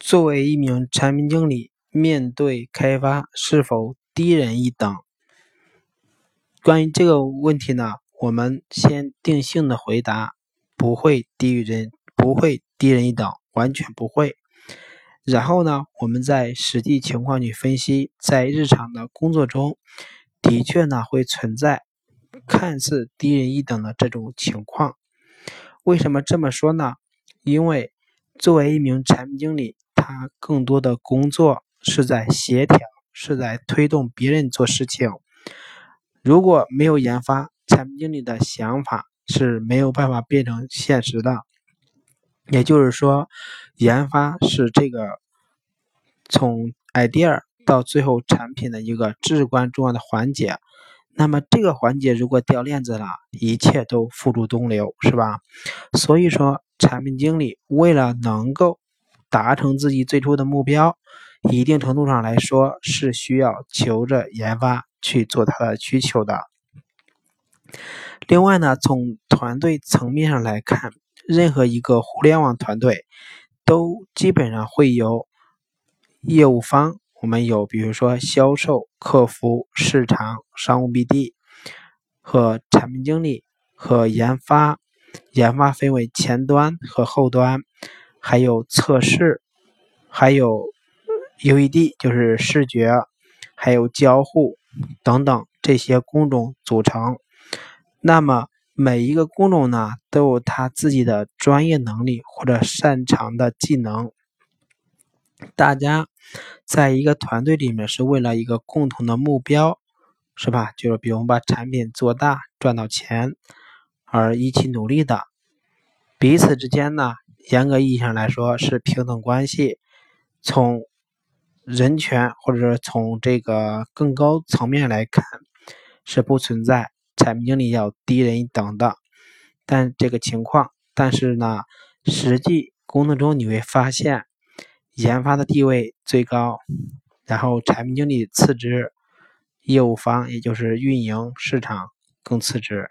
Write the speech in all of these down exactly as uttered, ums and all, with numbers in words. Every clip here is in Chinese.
作为一名产品经理，面对开发是否低人一等？关于这个问题呢，我们先定性的回答，不会低于人，不会低人一等，完全不会。然后呢，我们在实际情况去分析，在日常的工作中，的确呢会存在看似低人一等的这种情况。为什么这么说呢？因为作为一名产品经理，他更多的工作是在协调，是在推动别人做事情。如果没有研发，产品经理的想法是没有办法变成现实的。也就是说，研发是这个从 idea 到最后产品的一个至关重要的环节。那么这个环节如果掉链子了，一切都付诸东流，是吧？所以说，产品经理为了能够达成自己最初的目标，一定程度上来说是需要求着研发去做它的需求的。另外呢，从团队层面上来看，任何一个互联网团队都基本上会有业务方，我们有比如说销售、客服、市场、商务 B D 和产品经理和研发。研发分为前端和后端，还有测试，还有 U E D 就是视觉，还有交互等等这些工种组成。那么每一个工种呢，都有他自己的专业能力或者擅长的技能。大家在一个团队里面是为了一个共同的目标，是吧？就是比如我们把产品做大，赚到钱而一起努力的。彼此之间呢，严格意义上来说是平等关系，从人权或者是从这个更高层面来看，是不存在产品经理要低人一等的。但这个情况，但是呢，实际工作中你会发现，研发的地位最高，然后产品经理次之，业务方也就是运营市场更次之。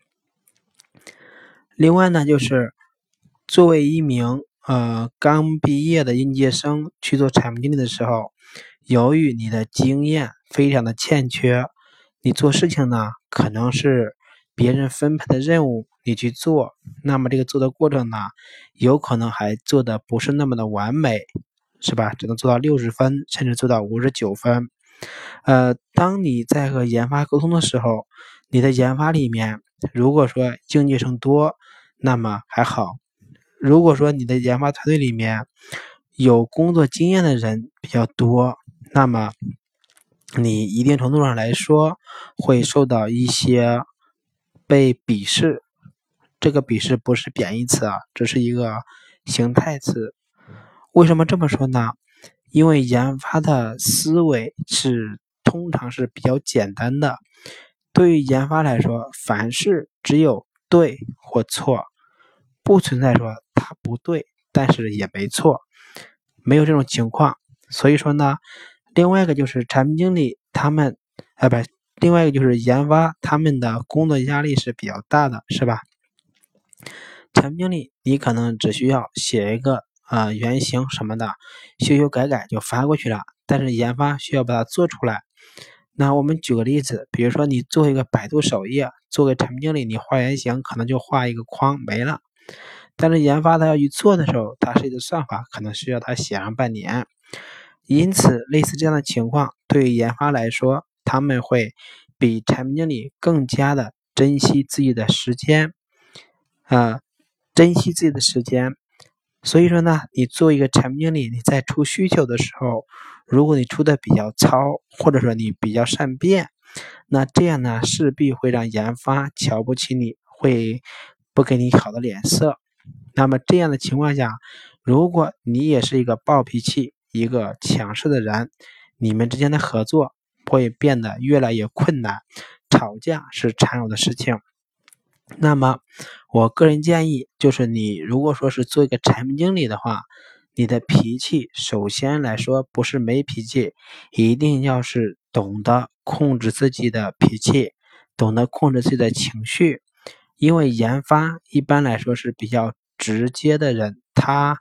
另外呢，就是作为一名呃刚毕业的应届生去做产品经理的时候，由于你的经验非常的欠缺，你做事情呢可能是别人分配的任务你去做，那么这个做的过程呢，有可能还做的不是那么的完美，是吧？只能做到六十分，甚至做到五十九分。呃，当你在和研发沟通的时候，你的研发里面如果说应届生多，那么还好。如果说你的研发团队里面有工作经验的人比较多，那么你一定程度上来说会受到一些被鄙视。这个鄙视不是贬义词啊，这是一个形态词。为什么这么说呢？因为研发的思维是通常是比较简单的，对于研发来说，凡事只有对或错，不存在说它不对，但是也没错，没有这种情况。所以说呢，另外一个就是产品经理他们，啊不，另外一个就是研发他们的工作压力是比较大的，是吧？产品经理你可能只需要写一个呃原型什么的，修修改改就发过去了，但是研发需要把它做出来。那我们举个例子，比如说你做一个百度首页，做个产品经理，你画原型可能就画一个框没了，但是研发他要去做的时候，他设计的算法可能需要他写上半年。因此类似这样的情况，对于研发来说，他们会比产品经理更加的珍惜自己的时间呃，珍惜自己的时间。所以说呢，你做一个产品经理，你在出需求的时候，如果你出的比较糙，或者说你比较善变，那这样呢，势必会让研发瞧不起你，会不给你好的脸色。那么这样的情况下，如果你也是一个暴脾气、一个强势的人，你们之间的合作会变得越来越困难，吵架是常有的事情。那么我个人建议就是你如果说是做一个产品经理的话，你的脾气首先来说不是没脾气，一定要是懂得控制自己的脾气，懂得控制自己的情绪。因为研发一般来说是比较直接的人，他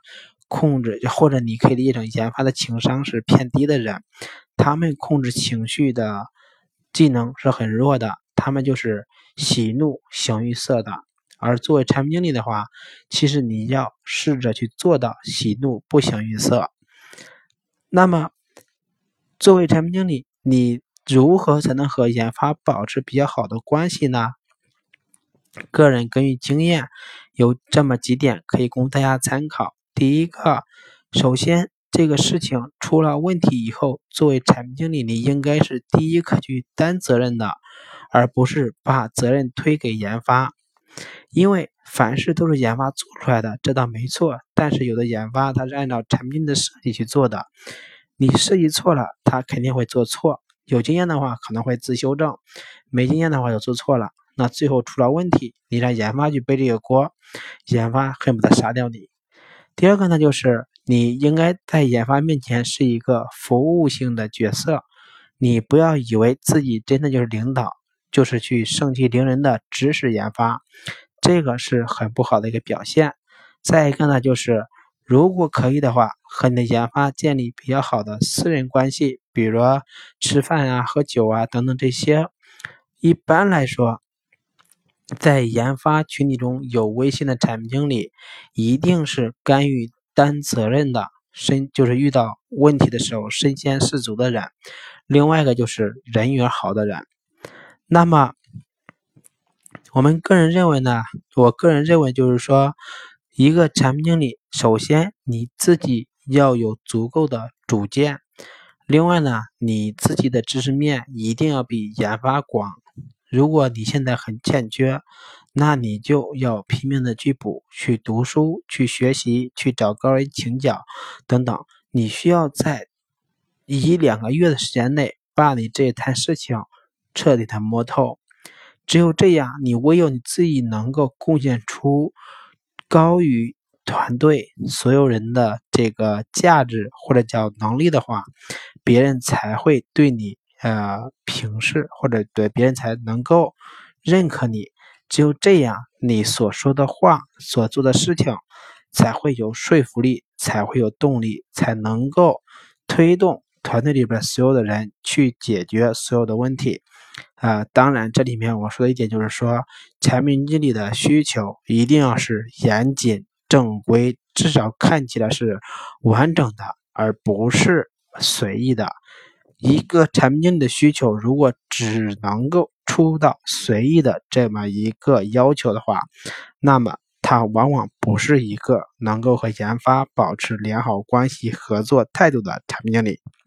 控制，或者你可以理解成研发的情商是偏低的人，他们控制情绪的技能是很弱的，他们就是喜怒形于色的。而作为产品经理的话，其实你要试着去做到喜怒不形于色。那么作为产品经理，你如何才能和研发保持比较好的关系呢？个人根据经验有这么几点可以供大家参考。第一个，首先这个事情出了问题以后，作为产品经理，你应该是第一个去担责任的，而不是把责任推给研发。因为凡事都是研发做出来的，这倒没错，但是有的研发它是按照产品的设计去做的，你设计错了，它肯定会做错。有经验的话可能会自修正，没经验的话就做错了，那最后出了问题，你让研发去背这个锅，研发恨不得杀掉你。第二个呢，就是你应该在研发面前是一个服务性的角色，你不要以为自己真的就是领导，就是去盛气凌人的指使研发，这个是很不好的一个表现。再一个呢，就是如果可以的话，和你的研发建立比较好的私人关系，比如吃饭啊、喝酒啊等等这些。一般来说，在研发群体中有威信的产品经理，一定是甘于担责任的，身就是遇到问题的时候身先士卒的人。另外一个就是人缘好的人。那么我们个人认为呢，我个人认为就是说，一个产品经理，首先你自己要有足够的主见，另外呢，你自己的知识面一定要比研发广。如果你现在很欠缺，那你就要拼命的去补，去读书，去学习，去找高人请教等等。你需要在一两个月的时间内把你这一摊事情彻底的摸透。只有这样，你唯有你自己能够贡献出高于团队所有人的这个价值或者叫能力的话，别人才会对你呃平视，或者对别人才能够认可你。只有这样，你所说的话、所做的事情才会有说服力，才会有动力，才能够推动团队里边所有的人去解决所有的问题。呃，当然这里面我说的一点就是说，产品经理的需求一定要是严谨正规，至少看起来是完整的，而不是随意的。一个产品经理的需求如果只能够出到随意的这么一个要求的话，那么它往往不是一个能够和研发保持良好关系合作态度的产品经理。